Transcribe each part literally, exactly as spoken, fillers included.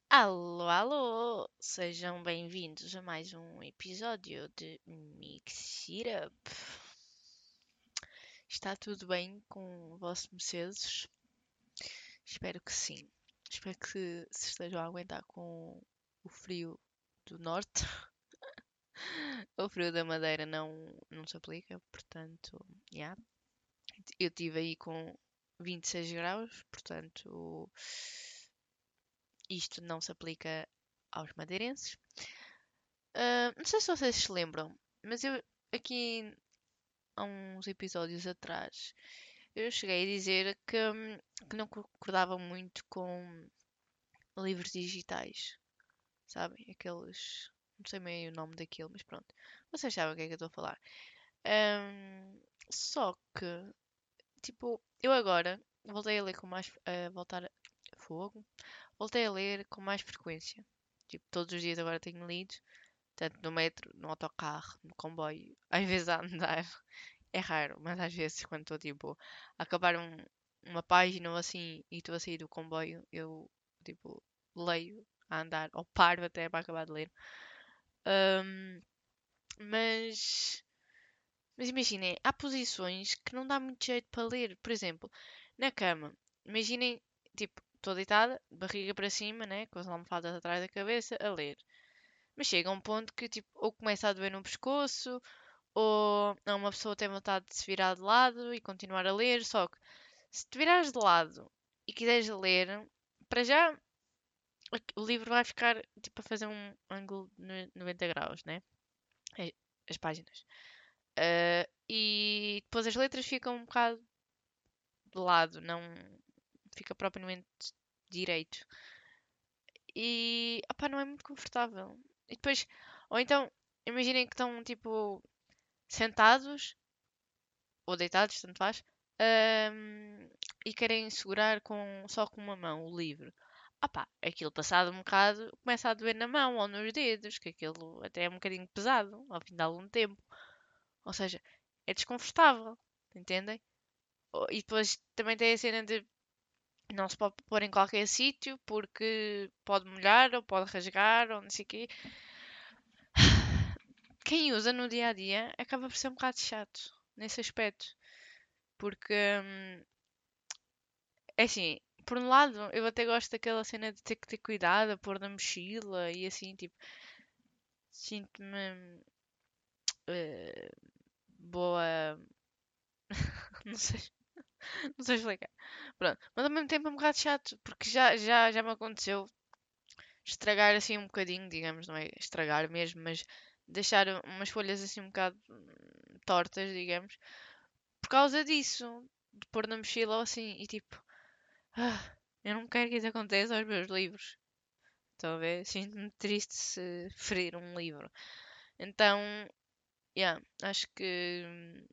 Alô, alô! Sejam bem-vindos a mais um episódio de Mix It Up. Está tudo bem com vossos mercedes? Espero que sim. Espero que se estejam a aguentar com o frio do norte. O frio da Madeira não, não se aplica, portanto, yeah. Eu estive aí com vinte e seis graus, portanto, isto não se aplica aos madeirenses. Ah, não sei se vocês se lembram, mas eu aqui há uns episódios atrás eu cheguei a dizer que, hum, que não concordava muito com livros digitais, sabem? Aqueles. Não sei meio o nome daquilo, mas pronto. Vocês sabem o que é que eu estou a falar. Hum, só que, tipo, eu agora voltei a ler com mais. A voltar a. Fogo. Voltei a ler com mais frequência. Tipo, todos os dias agora tenho lido. Tanto no metro, no autocarro, no comboio, às vezes a andar. É raro, mas às vezes quando estou tipo a acabar um- uma página ou assim e estou a sair do comboio, eu tipo leio a andar ou paro até para acabar de ler. Ahm, mas, mas imaginem, há posições que não dá muito jeito para ler. Por exemplo, na cama. Imaginem, tipo, estou deitada, barriga para cima, né, com as almofadas atrás da cabeça, a ler. Mas chega a um ponto que tipo, ou começa a doer no pescoço, ou não, uma pessoa tem vontade de se virar de lado e continuar a ler, só que se te virares de lado e quiseres ler, para já o livro vai ficar tipo a fazer um ângulo de noventa graus, né? É, as páginas. Ah, e depois as letras ficam um bocado de lado, não fica propriamente direito. E opá, não é muito confortável. E depois, ou então, imaginem que estão tipo sentados ou deitados, tanto faz, ahm, e querem segurar com, só com uma mão o livro. Ah pá, aquilo passado um bocado começa a doer na mão ou nos dedos, que aquilo até é um bocadinho pesado ao fim de algum tempo. Ou seja, é desconfortável, entendem? Oh, e depois também tem a cena de não se pode pôr em qualquer sítio porque pode molhar ou pode rasgar ou não sei o quê. Quem usa no dia a dia acaba por ser um bocado chato nesse aspecto. Porque hum, é assim, por um lado, eu até gosto daquela cena de ter que ter cuidado a pôr na mochila e assim, tipo, sinto-me eh, boa. Não sei, não sei explicar. Pronto. Mas ao mesmo tempo é um bocado chato, porque já, já, já me aconteceu estragar assim um bocadinho, digamos, não é estragar mesmo, mas deixar umas folhas assim um bocado hum, tortas, digamos, por causa disso, de pôr na mochila ou assim, e tipo, ah, eu não quero que isso aconteça aos meus livros. Talvez sinto-me triste se ferir um livro. Então, yeah, acho que.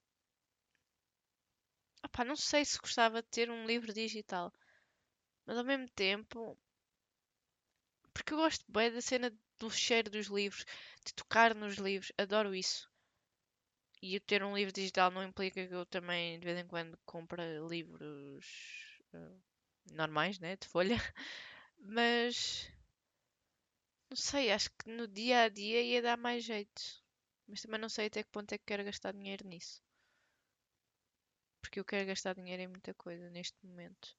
Opá, não sei se gostava de ter um livro digital, mas ao mesmo tempo, porque eu gosto bem da cena do cheiro dos livros, de tocar nos livros, adoro isso. E eu ter um livro digital não implica que eu também de vez em quando compre livros eh, normais, né, de folha, mas não sei, acho que no dia a dia ia dar mais jeito. Mas também não sei até que ponto é que quero gastar dinheiro nisso. Porque eu quero gastar dinheiro em muita coisa neste momento.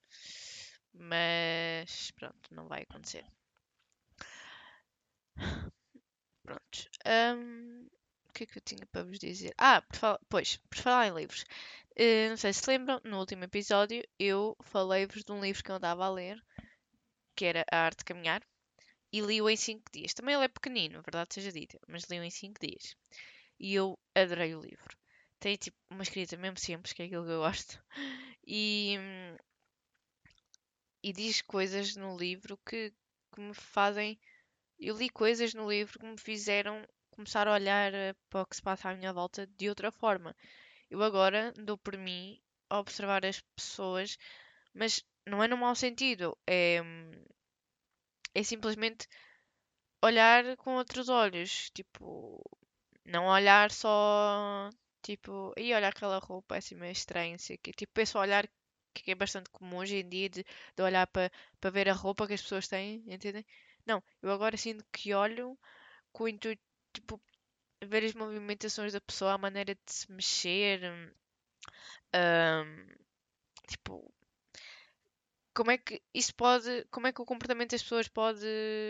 Mas pronto, não vai acontecer. Pronto. Hum, o que é que eu tinha para vos dizer? Ah, por fal- pois, por falar em livros. Eh, não sei se lembram, no último episódio eu falei-vos de um livro que eu andava a ler, que era A Arte de Caminhar, e li-o em cinco dias. Também ele é pequenino, verdade seja dita, mas li-o em cinco dias. E eu adorei o livro. Tem tipo uma escrita mesmo simples, que é aquilo que eu gosto. E, hum, e diz coisas no livro que, que me fazem. Eu li coisas no livro que me fizeram começar a olhar eh, para o que se passa à minha volta de outra forma. Eu agora dou por mim a observar as pessoas, mas não é no mau sentido, é, hum, é simplesmente olhar com outros olhos. Tipo, não olhar só. Tipo, e olha aquela roupa é assim meio estranha, não sei o quê. Tipo, esse olhar que é bastante comum hoje em dia de, de olhar para para ver a roupa que as pessoas têm, entendem? Não, eu agora sinto que olho com o intuito, tipo, ver as movimentações da pessoa, a maneira de se mexer, hum, tipo, como é que isso pode, como é que o comportamento das pessoas pode,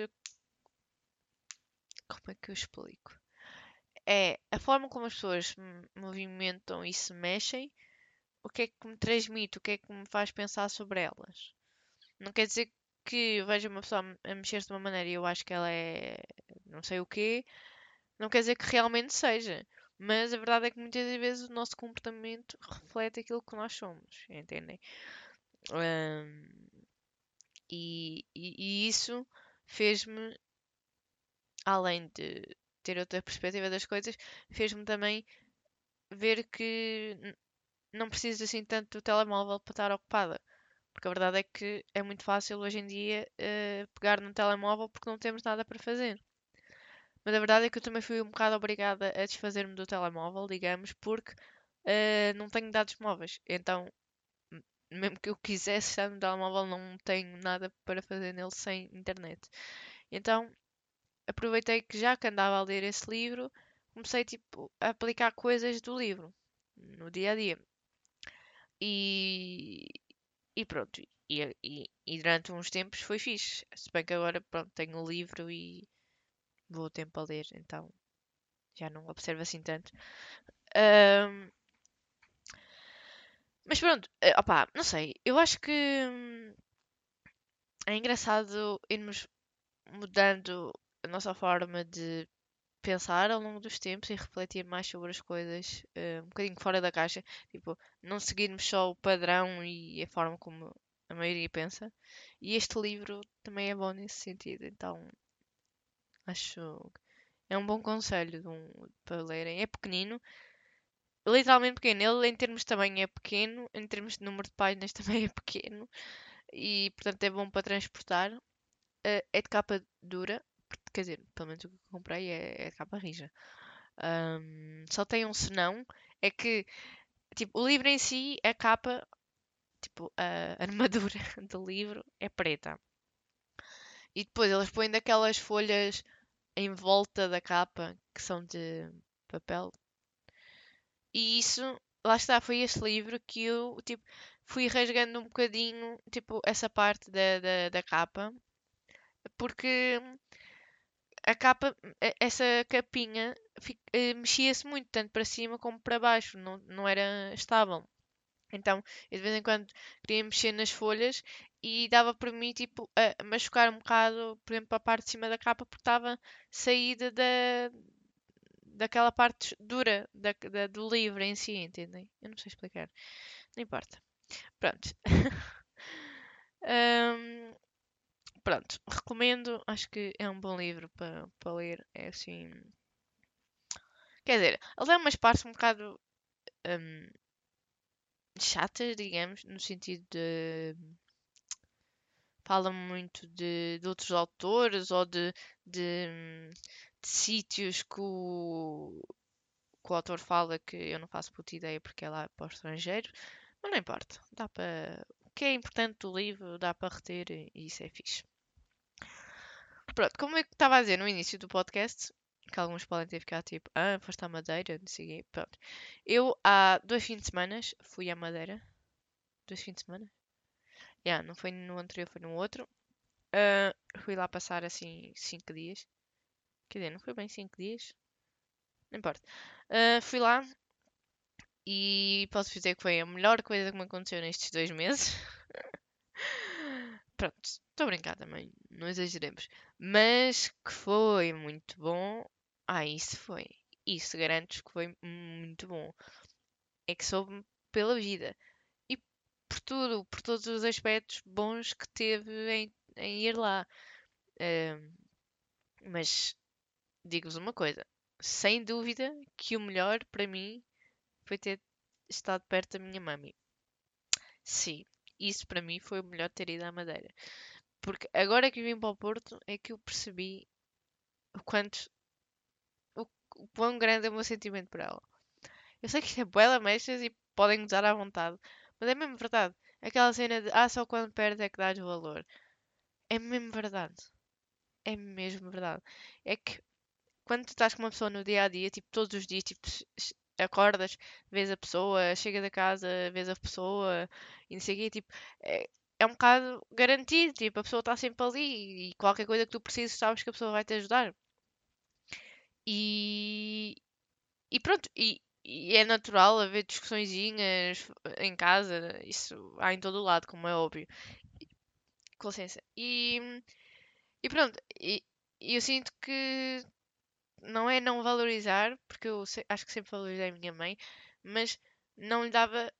como é que eu explico? É a forma como as pessoas se movimentam e se mexem, o que é que me transmite, o que é que me faz pensar sobre elas. Não quer dizer que eu veja uma pessoa a mexer-se de uma maneira e eu acho que ela é não sei o quê, não quer dizer que realmente seja. Mas a verdade é que muitas das vezes o nosso comportamento reflete aquilo que nós somos, entendem? Ahm, e, e- e isso fez-me, além de ter outra perspectiva das coisas, fez-me também ver que n- não preciso assim tanto do telemóvel para estar ocupada. Porque a verdade é que é muito fácil hoje em dia eh, pegar no telemóvel porque não temos nada para fazer. Mas a verdade é que eu também fui um bocado obrigada a desfazer-me do telemóvel, digamos, porque eh, não tenho dados móveis. Então, m- mesmo que eu quisesse estar no telemóvel, não tenho nada para fazer nele sem internet. Então, aproveitei que já que andava a ler esse livro, comecei tipo, a aplicar coisas do livro no dia a dia. E, e pronto. E, e, e durante uns tempos foi fixe. Se bem que agora, pronto, tenho o livro e vou o tempo a ler, então já não observo assim tanto. Ahm, mas pronto, eh, opá, não sei. Eu acho que hum, é engraçado irmos mudando a nossa forma de pensar ao longo dos tempos e refletir mais sobre as coisas, eh, um bocadinho fora da caixa. Tipo, não seguirmos só o padrão e a forma como a maioria pensa. E este livro também é bom nesse sentido, então acho é um bom conselho de um- para lerem. É pequenino, literalmente pequeno. Ele, em termos de tamanho, é pequeno, em termos de número de páginas, também é pequeno e, portanto, é bom para transportar. Eh, é de capa dura, quer dizer, pelo menos o que eu comprei é, é de capa rija. Ahm, só tem um senão, é que, tipo, o livro em si, a capa, tipo, a armadura do livro é preta. E depois eles põem daquelas folhas em volta da capa que são de papel. E isso, lá está, foi este livro que eu, tipo, fui rasgando um bocadinho, tipo, essa parte da, da, da capa, porque a capa, eh, essa capinha, fi- eh, mexia-se muito, tanto para cima como para baixo, não, não era estável. Então, eu de vez em quando queria mexer nas folhas e dava para mim, tipo, a machucar um bocado, por exemplo, a parte de cima da capa, porque estava saída da, daquela parte dura da, da- do livro em si, entendem? Eu não sei explicar. Não importa. Pronto. Ahm, pronto. Recomendo. Acho que é um bom livro para para ler. É assim. Quer dizer, ele é umas partes um bocado ahm, chatas, digamos, no sentido de. Fala muito de, de outros autores ou de, de, hum, de sítios que o, que o autor fala que eu não faço puta ideia porque é lá para o estrangeiro. Mas não importa. Dá para. O que é importante do livro dá para reter e isso é fixe. Pronto, como eu estava a dizer no início do podcast, que alguns podem ter ficado tipo, ah, foste à Madeira, não sei o quê. Pronto. Eu há dois fins de semana fui à Madeira. Dois fins de semana? Yeah, não foi no anterior, foi no outro. Ah, fui lá passar assim cinco dias. Quer dizer, não foi bem cinco dias. Não importa. Ah, fui lá e posso dizer que foi a melhor coisa que me aconteceu nestes dois meses. Pronto, estou a brincar também, não exageremos. Mas que foi muito bom. Ah, isso foi. Isso garanto que foi muito bom. É que soube pela vida. E por tudo, por todos os aspectos bons que teve em, em ir lá. Ahm, mas digo-vos uma coisa. Sem dúvida que o melhor para mim foi ter estado perto da minha mãe. Sim, isso para mim foi o melhor ter ido à Madeira. Porque agora que vim para o Porto é que eu percebi o quanto, o, o quão grande é o meu sentimento por ela. Eu sei que isto é bué da mechas e podem usar à vontade, mas é mesmo verdade. Aquela cena de, ah, só quando perdes é que dás valor. É mesmo verdade. É mesmo verdade. É que quando tu estás com uma pessoa no dia a dia, tipo, todos os dias, tipo, ch- ch- acordas, vês a pessoa, chegas a casa, vês a pessoa e não sei o quê, tipo, é, é um bocado garantido, tipo, a pessoa está sempre ali e qualquer coisa que tu precises, sabes que a pessoa vai te ajudar. E, e pronto, e, e é natural haver discussõezinhas em casa, isso há em todo o lado, como é óbvio. Com licença. E, e pronto, e, e eu sinto que não é não valorizar, porque eu se- acho que sempre valorizei a minha mãe, mas não lhe dava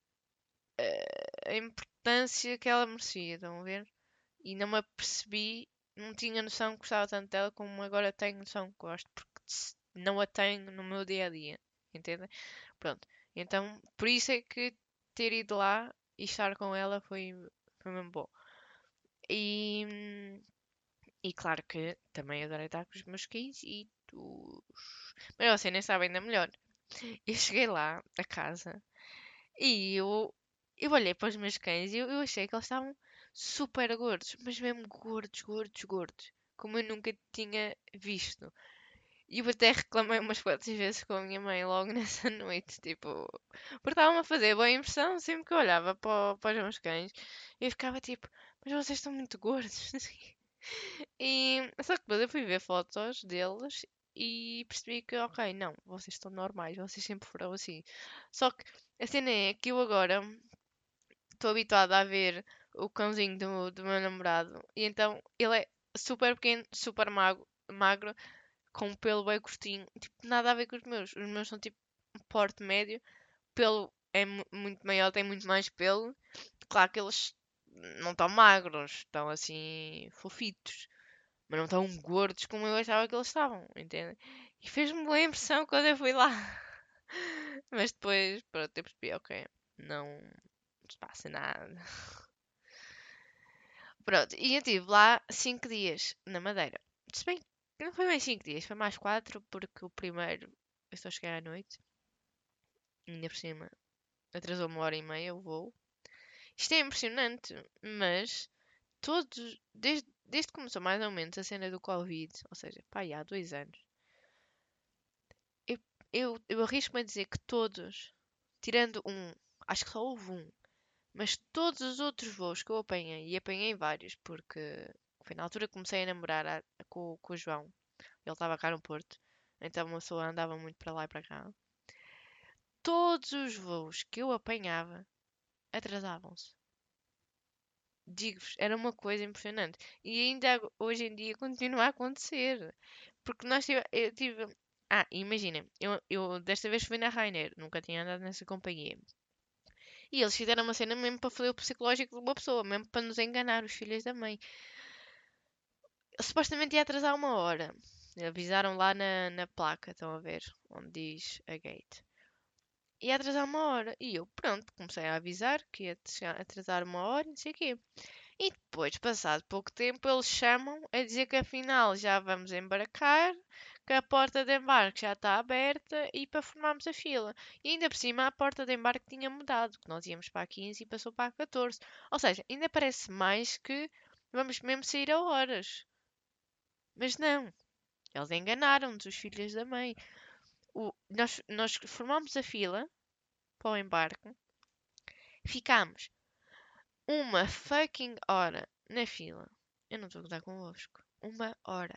a importância que ela merecia, estão a ver? E não me apercebi, não tinha noção que gostava tanto dela como agora tenho noção que gosto, porque s- não a tenho no meu dia a dia, entendem? Pronto, então por isso é que ter ido lá e estar com ela foi, foi mesmo bom. E, hum, e claro que também adorei estar com os meus cães e os. Mas vocês nem sabem ainda melhor. Eu cheguei lá, a casa, e eu, eu olhei para os meus cães e eu, eu achei que eles estavam super gordos, mas mesmo gordos, gordos, gordos, como eu nunca tinha visto. E eu até reclamei umas quantas vezes com a minha mãe logo nessa noite, tipo, porque estavam a fazer boa impressão sempre que eu olhava para, o- para os meus cães. Eu ficava tipo, mas vocês estão muito gordos. E só que depois eu fui ver fotos deles e percebi que, ok, não, vocês estão normais, vocês sempre foram assim. Só que a cena é que eu agora estou habituada a ver o cãozinho do, do meu namorado e então ele é super pequeno, super magro, magro, com um pelo bem curtinho, tipo, nada a ver com os meus. Os meus são tipo um porte médio, pelo é mu- muito maior, tem muito mais pelo. Claro que eles não estão magros, estão assim fofitos. Mas não tão gordos como eu achava que eles estavam, entende? E fez-me boa impressão quando eu fui lá. Mas depois, pronto, eu percebi, ok, não se passa nada. Pronto, e eu estive lá cinco dias na Madeira. Se bem que não foi bem cinco dias, foi mais quatro porque o primeiro eu só cheguei à noite. Ainda por cima, atrasou uma hora e meia o voo. Isto é impressionante, mas todos, desde, desde que começou mais ou menos a cena do Covid, ou seja, pá, aí há dois anos, Eu, eu, eu arrisco-me a dizer que todos, tirando um, acho que só houve um, mas todos os outros voos que eu apanhei, e apanhei vários, porque foi na altura que comecei a namorar a- com, com o João, ele estava cá no Porto, então uma pessoa andava muito para lá e para cá. Todos os voos que eu apanhava atrasavam-se. Digo-vos, era uma coisa impressionante. E ainda ag- hoje em dia continua a acontecer. Porque nós tive, eu tive. Ah, imagina, eu, eu desta vez fui na Ryanair, nunca tinha andado nessa companhia. E eles fizeram uma cena mesmo para foder o psicológico de uma pessoa, mesmo para nos enganar, os filhos da mãe. Eu supostamente ia atrasar uma hora. Avisaram lá na, na placa, estão a ver, onde diz a gate. Ia atrasar uma hora. E eu, pronto, comecei a avisar que ia chegar- atrasar uma hora, não sei o quê. E depois, passado pouco tempo, eles chamam a dizer que afinal já vamos embarcar, que a porta de embarque já está aberta e para formarmos a fila. E ainda por cima a porta de embarque tinha mudado, que nós íamos para a quinze e passou para a catorze. Ou seja, ainda parece mais que vamos mesmo sair a horas. Mas não, eles enganaram-nos, os filhos da mãe. O- nós, nós formámos a fila para o embarque, ficámos uma fucking hora na fila. Eu não estou a contar convosco. Uma hora.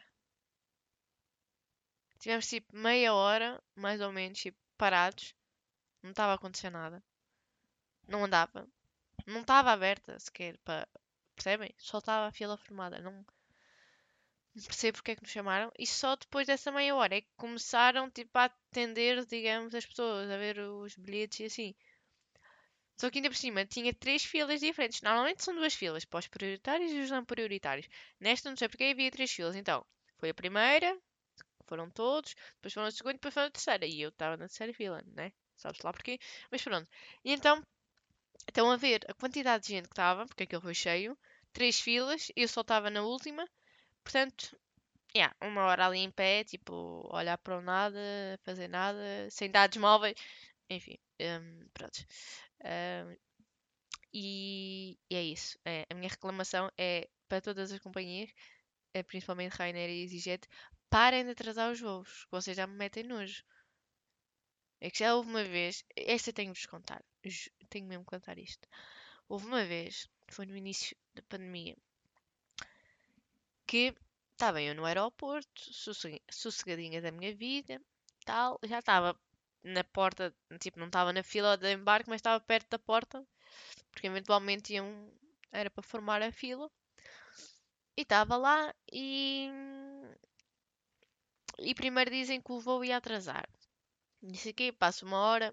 Tivemos tipo meia hora, mais ou menos, tipo, parados. Não estava a acontecer nada. Não andava. Não estava aberta sequer para. Percebem? Só estava a fila formada. Não, não percebo porque é que nos chamaram. E só depois dessa meia hora é que começaram tipo, a atender, digamos, as pessoas, a ver os bilhetes e assim. Só que ainda por cima tinha três filas diferentes. Normalmente são duas filas, para os prioritários e os não prioritários. Nesta não sei porque havia três filas. Então, foi a primeira, foram todos, depois foram a segunda e depois foram a terceira. E eu estava na terceira fila, né? Sabes lá porquê? Mas pronto. E então, estão a ver a quantidade de gente que estava, porque aquilo foi cheio. Três filas, eu só estava na última. Portanto, yeah, uma hora ali em pé, tipo, olhar para o nada, fazer nada, sem dados móveis. Enfim, hum, pronto. Hum, e, e é isso. É, a minha reclamação é para todas as companhias. eh, principalmente Ryanair e EasyJet, parem de atrasar os voos, que vocês já me metem nojo. É que já houve uma vez, esta tenho de vos contar, ju- tenho mesmo que contar isto. Houve uma vez, foi no início da pandemia, que estava eu no aeroporto, sosseg- sossegadinha da minha vida, tal, já estava na porta, tipo, não estava na fila de embarque, mas estava perto da porta, porque eventualmente iam, era para formar a fila, e estava lá e, e primeiro dizem que o voo ia atrasar. Disse aqui, passa uma hora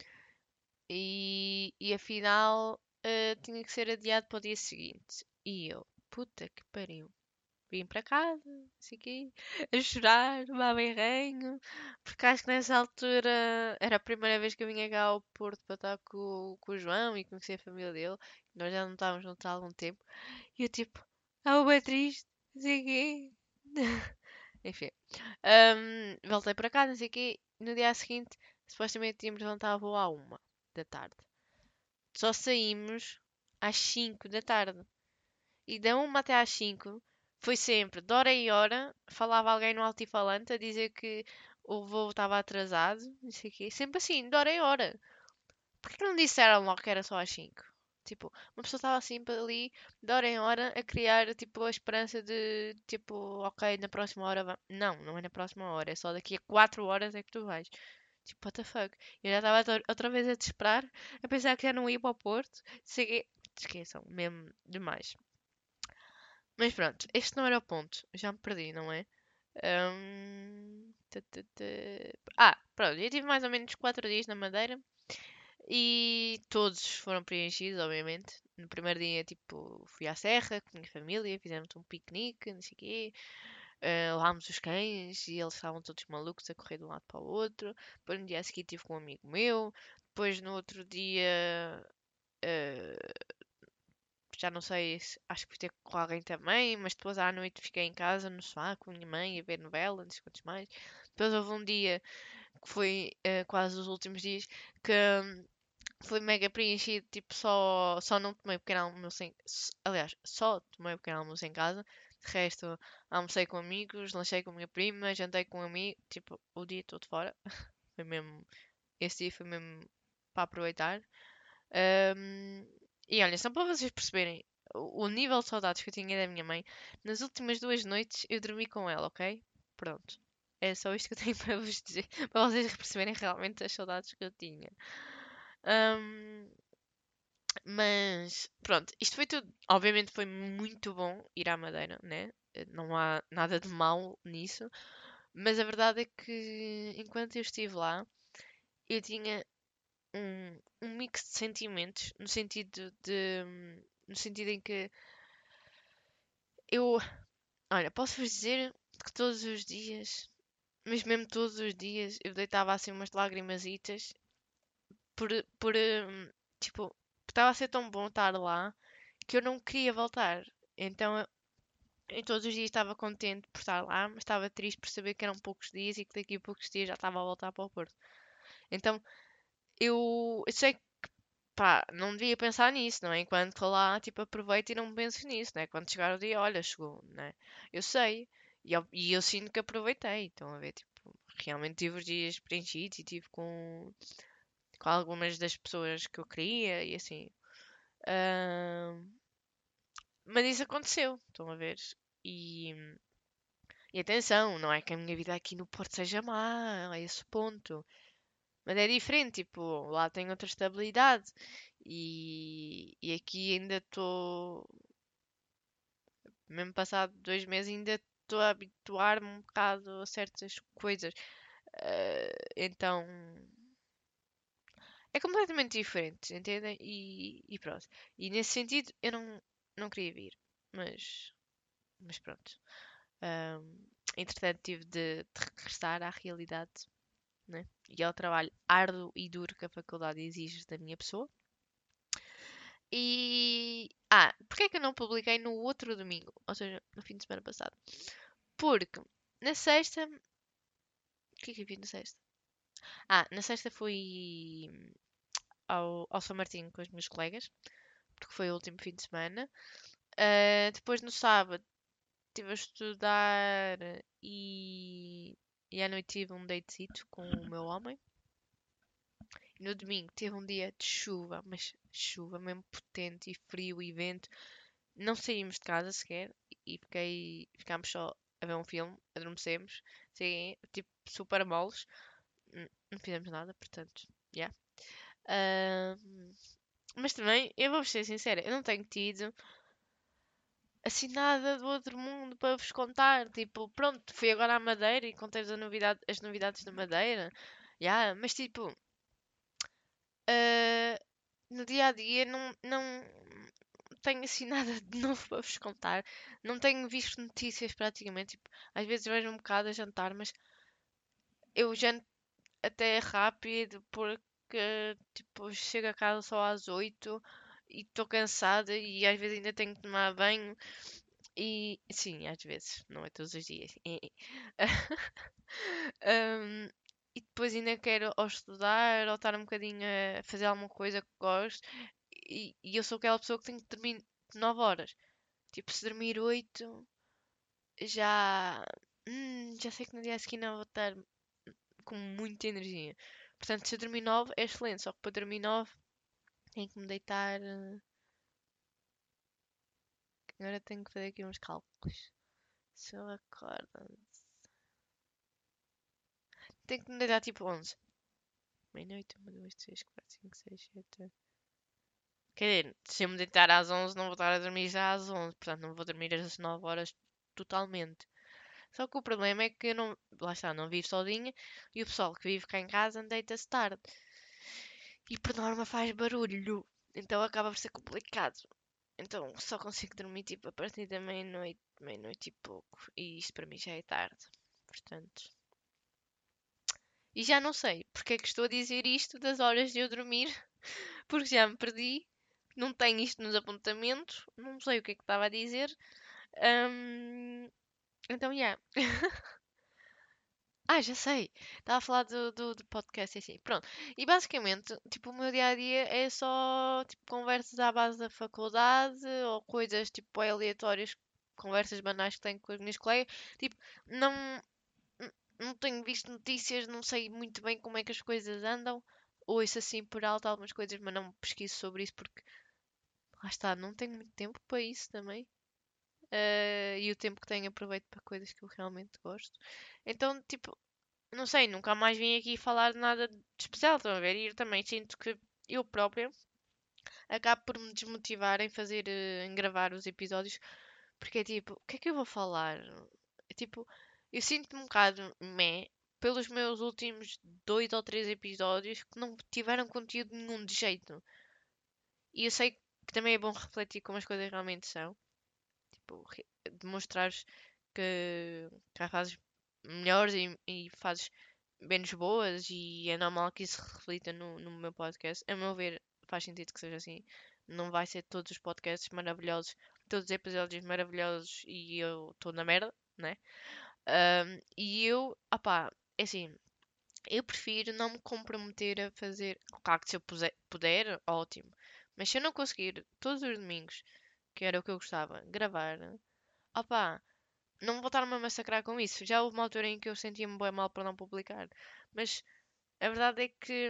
e, e afinal eh, tinha que ser adiado para o dia seguinte. E eu, puta que pariu. Vim para casa, não sei quê, a chorar, a berrenho, porque acho que nessa altura era a primeira vez que eu vinha cá ao Porto para estar com, com o João e conhecer a família dele. Nós já não estávamos juntos há algum tempo. E eu tipo, ah, é triste, não sei quê. Enfim, Ahm, voltei para casa, não sei quê. No dia seguinte, supostamente tínhamos levantado a voo à uma da tarde. Só saímos às cinco da tarde. E da uma até às cinco foi sempre, de hora em hora, falava alguém no altifalante a dizer que o voo estava atrasado, não sei o quê. Sempre assim, de hora em hora. Por que não disseram logo que era só às cinco? Tipo, uma pessoa estava sempre ali, de hora em hora, a criar, tipo, a esperança de, tipo, ok, na próxima hora va-" Não, não é na próxima hora, é só daqui a quatro horas é que tu vais. Tipo, what the fuck? Eu já estava outra outra vez a te esperar, a pensar que já não ia para o Porto. Segui... Esqueçam, mesmo demais. Mas pronto, este não era o ponto. Já me perdi, não é? Hum, tã, tã, tã. Ah, pronto, eu tive mais ou menos quatro dias na Madeira e todos foram preenchidos, obviamente. No primeiro dia, tipo, fui à serra com a minha família, fizemos um piquenique, não sei o quê. Uh, levámos os cães e eles estavam todos malucos a correr de um lado para o outro. Depois no dia seguinte estive com um amigo meu. Depois no outro dia uh, já não sei, se- acho que fui ter com alguém também, mas depois à noite fiquei em casa no sofá com a minha mãe a ver novela, não sei quantos mais. Depois houve um dia que foi eh, quase os últimos dias que hum, foi mega preenchido, tipo, só, só não tomei pequeno almoço em, s- aliás, só tomei pequeno almoço em casa. De resto, almocei com amigos, lanchei com a minha prima, jantei com um amigo, tipo, o dia todo fora. Foi mesmo, esse dia foi mesmo para aproveitar. Ahm, e olha, só para vocês perceberem o, o nível de saudades que eu tinha da minha mãe, nas últimas duas noites eu dormi com ela, ok? Pronto. É só isto que eu tenho para vos dizer, para vocês perceberem realmente as saudades que eu tinha. Ahm, mas pronto, isto foi tudo. Obviamente foi muito bom ir à Madeira, né? Eh, Não há nada de mal nisso. Mas a verdade é que enquanto eu estive lá, eu tinha um, um mix de sentimentos, no sentido de, no sentido em que eu, olha, posso-vos dizer que todos os dias, mas mesmo todos os dias, eu deitava assim umas lagrimasitas por, por, hum, tipo, estava a ser tão bom estar lá que eu não queria voltar. Então, eu, eu todos os dias estava contente por estar lá, mas estava triste por saber que eram poucos dias e que daqui a poucos dias já estava a voltar para o Porto. Então, eu, eu sei pá, não devia pensar nisso, não é? Enquanto estou lá, tipo, aproveito e não penso nisso, né? Quando chegar o dia, olha, chegou, né? Eu sei. E eu, e eu sinto que aproveitei. Estão a ver, tipo, realmente tive os dias preenchidos e tive com, com algumas das pessoas que eu queria e assim. Ahm, mas isso aconteceu, estão a ver? E, e atenção, não é que a minha vida aqui no Porto seja má, a esse ponto. Mas é diferente, tipo, lá tem outra estabilidade. E, e aqui ainda estou, mesmo passado dois meses, ainda estou a habituar-me um bocado a certas coisas. Eh, então, é completamente diferente, entendem? E, e pronto. E nesse sentido, eu não, não queria vir. Mas, mas pronto. Ahm, entretanto, tive de, de regressar à realidade, né? E ao trabalho árduo e duro que a faculdade exige da minha pessoa. E. Ah, porque é que eu não publiquei no outro domingo? Ou seja, no fim de semana passado. Porque na sexta. O que é que eu vi na sexta? Ah, na sexta fui ao, ao São Martinho com os meus colegas, porque foi o último fim de semana. Ah, depois no sábado estive a estudar e, e à noite tive um datezito com o meu homem. E no domingo teve um dia de chuva, mas chuva mesmo potente e frio e vento. Não saímos de casa sequer e fiquei, ficámos só a ver um filme, adormecemos, sim, tipo super moles. N- Não fizemos nada, portanto, yeah. Ahm, mas também, eu vou ser sincera, eu não tenho tido assim nada do outro mundo para vos contar. Tipo, pronto, fui agora à Madeira e contei-vos a novidade, as novidades da Madeira. Yeah, mas tipo, ah, no dia a dia não, não tenho assim nada de novo para vos contar. Não tenho visto notícias praticamente. Tipo, às vezes vejo um bocado a jantar, mas eu janto até rápido porque tipo, chego a casa só às oito e estou cansada e às vezes ainda tenho que tomar banho. E sim, às vezes, não é todos os dias. Ahm, e depois ainda quero ou estudar ou estar um bocadinho a fazer alguma coisa que gosto. E, e eu sou aquela pessoa que tem que dormir nove horas. Tipo, se dormir oito já. hum, já sei que no dia seguinte não vou estar com muita energia. Portanto, se eu dormir nove é excelente. Só que para dormir nove tenho que me deitar. eh, Agora tenho que fazer aqui uns cálculos. Se eu acordo. Tenho que me deitar tipo onze. Meia-noite, uma, duas, três, quatro, cinco, seis, sete, oito. Quer dizer, se eu me deitar às onze, não vou estar a dormir já às onze. Portanto, não vou dormir às nove horas totalmente. Só que o problema é que eu não. Lá está, não vivo sozinha. E o pessoal que vive cá em casa deita-se tarde. E por norma faz barulho. Então acaba por ser complicado. Então só consigo dormir tipo a partir da meia-noite, meia-noite e pouco. E isto para mim já é tarde. Portanto. E já não sei porque é que estou a dizer isto das horas de eu dormir. Porque já me perdi. Não tenho isto nos apontamentos. Não sei o que é que estava a dizer. Hum, então, já. Yeah. Ah, já sei. Estava a falar do, do, do podcast e assim. Pronto. E basicamente, tipo, o meu dia a dia é só tipo, conversas à base da faculdade ou coisas tipo bué aleatórias, conversas banais que tenho com as minhas colegas. Tipo, não, n- não tenho visto notícias, não sei muito bem como é que as coisas andam. Ouço assim por alto algumas coisas, mas não pesquiso sobre isso porque lá está, não tenho muito tempo para isso também. Eh, e o tempo que tenho aproveito para coisas que eu realmente gosto. Então, tipo, não sei, nunca mais vim aqui falar de nada de especial, estão a ver? E eu também sinto que eu própria acabo por me desmotivar em fazer, eh, em gravar os episódios, porque é tipo, o que é que eu vou falar? É tipo, eu sinto-me um bocado meh pelos meus últimos dois ou três episódios que não tiveram conteúdo nenhum de jeito. E eu sei que também é bom refletir como as coisas realmente são. Tipo, re- demonstrares que, que há fases melhores e, e fases menos boas e é normal que isso se reflita no, no meu podcast. A meu ver, faz sentido que seja assim. Não vai ser todos os podcasts maravilhosos, todos os episódios maravilhosos e eu estou na merda, né? Ahm, e eu, opá, é assim, eu prefiro não me comprometer a fazer. Claro que se eu puser, puder, ótimo. Mas se eu não conseguir todos os domingos, que era o que eu gostava, gravar, opá, não vou estar-me a massacrar com isso. Já houve uma altura em que eu sentia-me bem mal por não publicar. Mas a verdade é que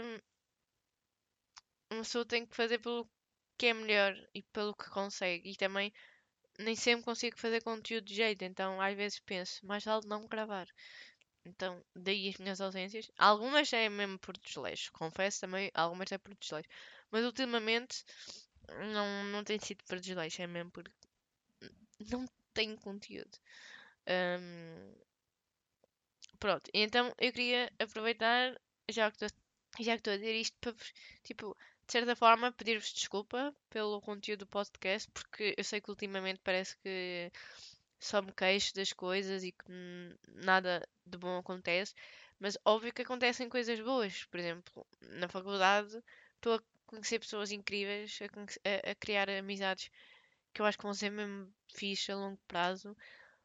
uma pessoa tem que fazer pelo que é melhor e pelo que consegue. E também nem sempre consigo fazer conteúdo de jeito. Então às vezes penso, mais vale não gravar. Então, daí as minhas ausências. Algumas é mesmo por desleixo. Confesso também, algumas é por desleixo. Mas ultimamente não, não tem sido por desleixo. É mesmo porque não tenho conteúdo. Hum, Pronto, então eu queria aproveitar, já que estou já que estou a dizer isto, para vos, tipo, de certa forma, pedir-vos desculpa pelo conteúdo do podcast, porque eu sei que ultimamente parece que só me queixo das coisas e que hum, nada de bom acontece, mas óbvio que acontecem coisas boas. Por exemplo, na faculdade estou a conhecer pessoas incríveis, a, conhe- a- a criar amizades que eu acho que vão ser mesmo fixe a longo prazo.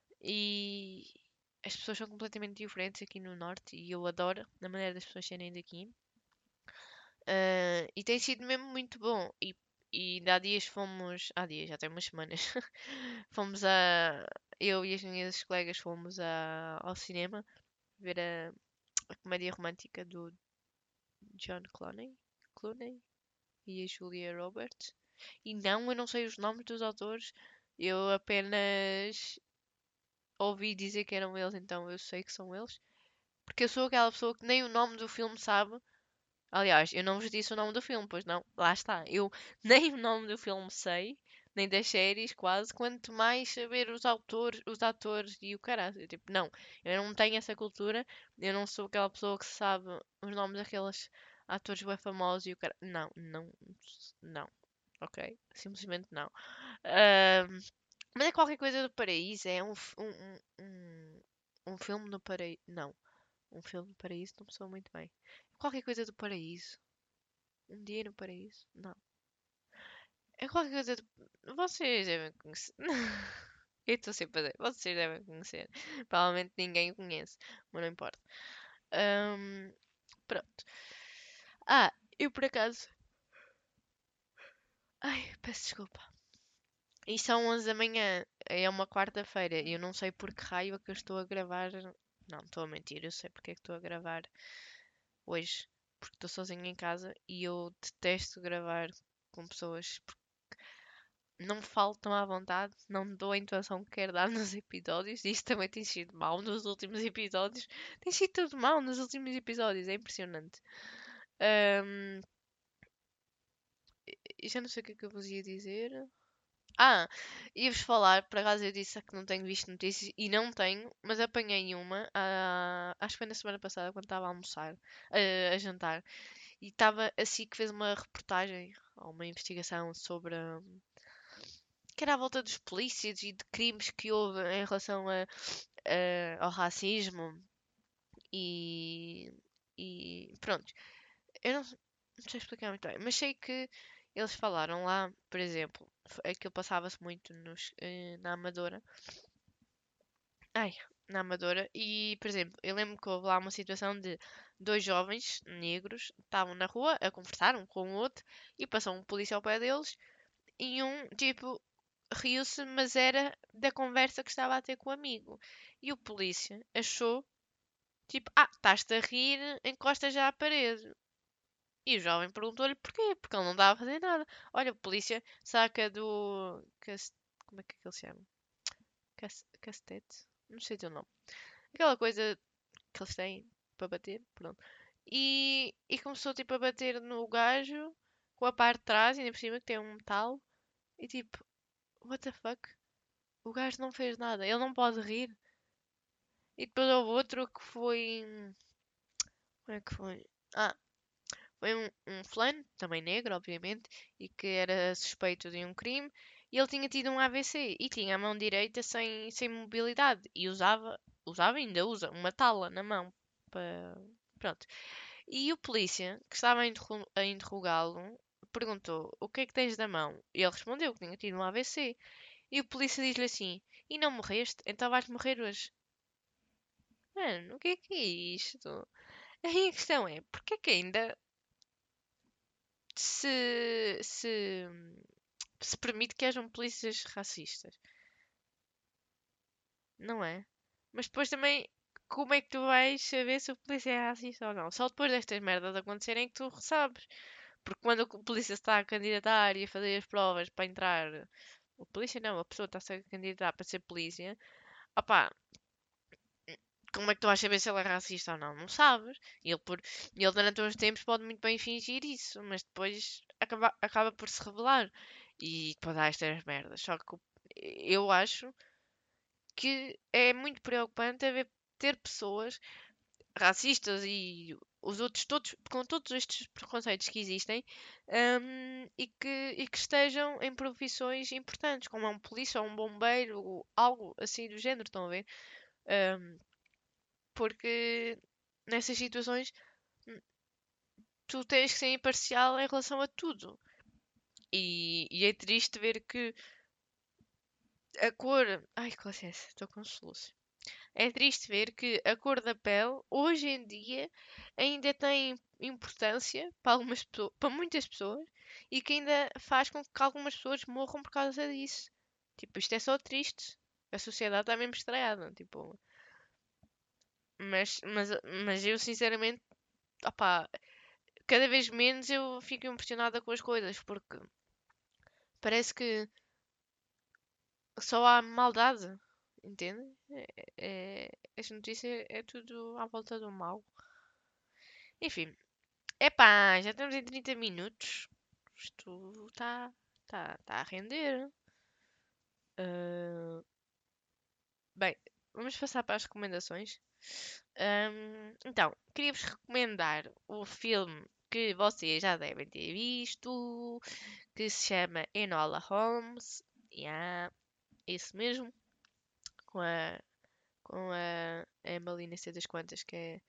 E as pessoas são completamente diferentes aqui no Norte e eu adoro a maneira das pessoas serem daqui. Ah, e tem sido mesmo muito bom. E e ainda há dias fomos. Há dias, já tem umas semanas. Fomos a. Eu e as minhas colegas fomos a, ao cinema ver a, a comédia romântica do John Clooney. Clooney e a Julia Roberts. E não, eu não sei os nomes dos autores. Eu apenas ouvi dizer que eram eles, então eu sei que são eles. Porque eu sou aquela pessoa que nem o nome do filme sabe. Aliás, eu não vos disse o nome do filme, pois não. Lá está. Eu nem o nome do filme sei, nem das séries, quase. Quanto mais saber os autores, os atores e o caralho. Tipo, não. Eu não tenho essa cultura. Eu não sou aquela pessoa que sabe os nomes daqueles atores bem famosos e o caralho. Não, não, não. Ok? Simplesmente não. Ahm, mas é qualquer coisa do paraíso. É um, f- um, um, um, um filme no paraíso. Não. Um filme do paraíso não me soa muito bem. Qualquer coisa do paraíso. Um dia no paraíso? Não. É qualquer coisa do... Vocês devem conhecer. Eu estou sempre a dizer. Vocês devem conhecer. Provavelmente ninguém o conhece. Mas não importa. Ahm, pronto. Ah, eu por acaso. Ai, peço desculpa. E são onze da manhã. É uma quarta-feira. E eu não sei por que raio é que eu estou a gravar. Não, estou a mentir. Eu sei porque é que estou a gravar hoje. Porque estou sozinha em casa. E eu detesto gravar com pessoas. Não me falo tão à vontade, não dou a intuação que quero dar nos episódios. E isto também tem sido mau nos últimos episódios. Tem sido tudo mau nos últimos episódios, é impressionante. Ahm, e já não sei o que é que eu vos ia dizer. Ah, ia-vos falar, por acaso eu disse que não tenho visto notícias e não tenho, mas apanhei uma, ah, acho que foi na semana passada quando estava a almoçar, ah, a jantar, e estava assim que fez uma reportagem ou uma investigação sobre que era à volta dos polícias e de crimes que houve em relação a, a- ao racismo e, e pronto. Eu não, não sei explicar muito bem, mas sei que eles falaram lá, por exemplo, f- aquilo passava-se muito nos, eh, na Amadora. Ai, na Amadora. E, por exemplo, eu lembro que houve lá uma situação de dois jovens negros estavam na rua a conversar um com o outro e passou um polícia ao pé deles e um, tipo, riu-se, mas era da conversa que estava a ter com o amigo. E o polícia achou, tipo, ah, estás-te a rir, encosta já à parede. E o jovem perguntou-lhe porquê, porque ele não estava a fazer nada. Olha, o polícia saca do. cas- Como é que ele se chama? Cas- Castete? Não sei o nome. Aquela coisa que eles têm para bater, pronto. E, e começou, tipo, a bater no gajo com a parte de trás, ainda por cima que tem um metal. E tipo, what the fuck? O gajo não fez nada, ele não pode rir. E depois houve outro que foi. Como é que foi? Ah, foi um, um fulano, também negro, obviamente, e que era suspeito de um crime. E ele tinha tido um A V C e tinha a mão direita sem, sem mobilidade. E usava, usava e ainda usa, uma tala na mão. Para... Pronto. E o polícia, que estava a, interro- a interrogá-lo, perguntou: O que é que tens na mão? E ele respondeu que tinha tido um A V C. E o polícia diz-lhe assim: E não morreste? Então vais morrer hoje. Mano, o que é que é isto? Aí a questão é, porque é que ainda se, se, se permite que hajam polícias racistas? Não é? Mas depois também, como é que tu vais saber se o polícia é racista ou não? Só depois destas merdas acontecerem é que tu sabes. Porque quando o polícia está a candidatar e a fazer as provas para entrar... O polícia não, a pessoa está-se a candidatar para ser polícia. Opá, como é que tu vais saber se ele é racista ou não? Não sabes. Ele, por, ele durante uns tempos pode muito bem fingir isso, mas depois acaba, acaba por se revelar. E depois há estas merdas. Só que o- eu acho que é muito preocupante haver, ter pessoas racistas e os outros todos, com todos estes preconceitos que existem, hum, e, que, e que estejam em profissões importantes, como é um polícia ou um bombeiro, ou algo assim do género, estão a ver? Hum, porque nessas situações hum, tu tens que ser imparcial em relação a tudo. E, e é triste ver que a cor. Ai, com licença, estou com soluço. É triste ver que a cor da pele, hoje em dia, ainda tem importância para algumas pessoas, para muitas pessoas, e que ainda faz com que algumas pessoas morram por causa disso. Tipo, isto é só triste. A sociedade está mesmo estragada. Tipo, mas, mas, mas eu sinceramente, opá, cada vez menos eu fico impressionada com as coisas, porque parece que só há maldade, entende? É, é, esta notícia é tudo à volta do mal. Enfim, epá, já estamos em trinta minutos. Isto está tá, tá a render. Ah, bem, vamos passar para as recomendações. Ahm, então, queria-vos recomendar o filme que vocês já devem ter visto, que se chama Enola Holmes. Yeah, isso mesmo. Com a, com a Emily, não sei das quantas, que é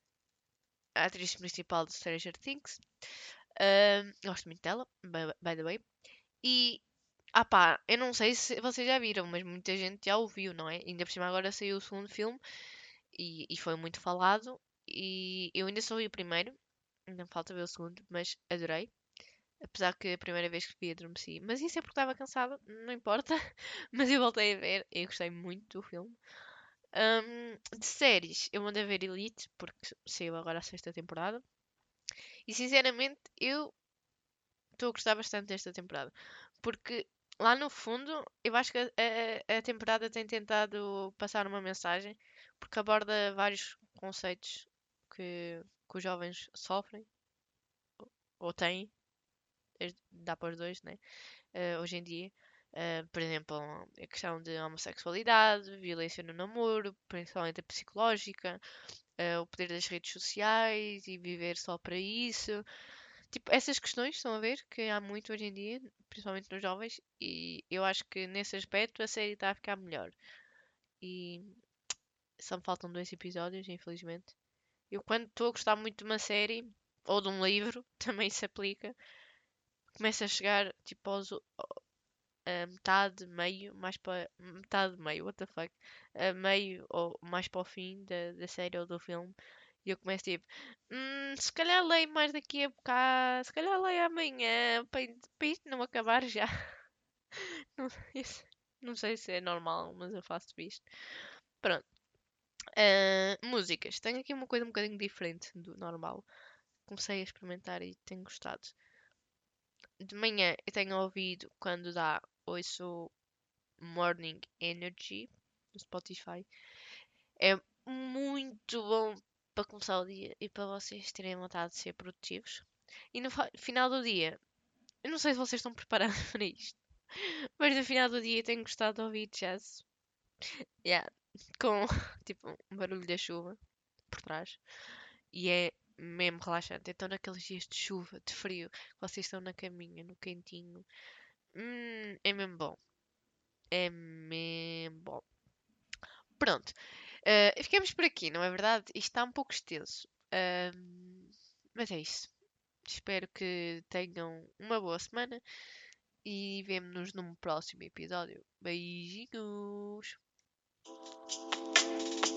a atriz principal de Stranger Things. Ahm, gosto muito dela, by, by the way. E, ah pá, eu não sei se vocês já viram, mas muita gente já ouviu, não é? Ainda por cima agora saiu o segundo filme e, e foi muito falado. E eu ainda só vi o primeiro, ainda me falta ver o segundo, mas adorei. Apesar que a primeira vez que vi adormeci. Mas isso é porque estava cansada, não importa. Mas eu voltei a ver e gostei muito do filme. Ahm, de séries, eu mandei ver Elite, porque saiu agora a sexta temporada. E sinceramente, eu estou a gostar bastante desta temporada. Porque lá no fundo, eu acho que a, a- a temporada tem tentado passar uma mensagem, porque aborda vários conceitos que, que os jovens sofrem, ou têm, es- dá para os dois, né? Eh, hoje em dia. Eh, por exemplo, a questão de homossexualidade, violência no namoro, principalmente a psicológica, eh, o poder das redes sociais e viver só para isso. Tipo, essas questões, estão a ver, que há muito hoje em dia, principalmente nos jovens, e eu acho que nesse aspecto a série está a ficar melhor. E só me faltam dois episódios, infelizmente. Eu, quando estou a gostar muito de uma série ou de um livro, também se aplica, começa a chegar tipo aos, a metade, meio, mais para metade, meio, what the fuck, a meio ou mais para o fim da, da série ou do filme. E eu começo tipo, "Hum, se calhar leio mais daqui a bocado, se calhar leio amanhã, para, para isto não acabar já." Não, isso- não sei se é normal, mas eu faço isto. Pronto. Ah, músicas. Tenho aqui uma coisa um bocadinho diferente do normal. Comecei a experimentar e tenho gostado. De manhã eu tenho ouvido quando dá, ouço Morning Energy no Spotify. É muito bom para começar o dia e para vocês terem vontade de ser produtivos. E no fa- final do dia, eu não sei se vocês estão preparados para isto, mas no final do dia tenho gostado de ouvir jazz. Yeah, com tipo um barulho da chuva por trás. E é mesmo relaxante. Então, naqueles dias de chuva, de frio, vocês estão na caminha, no quentinho. Hum, é mesmo bom. É mesmo bom. Pronto. Uh, ficamos por aqui, não é verdade? Isto está um pouco extenso. Ahm, mas é isso. Espero que tenham uma boa semana e vemo-nos num próximo episódio. Beijinhos!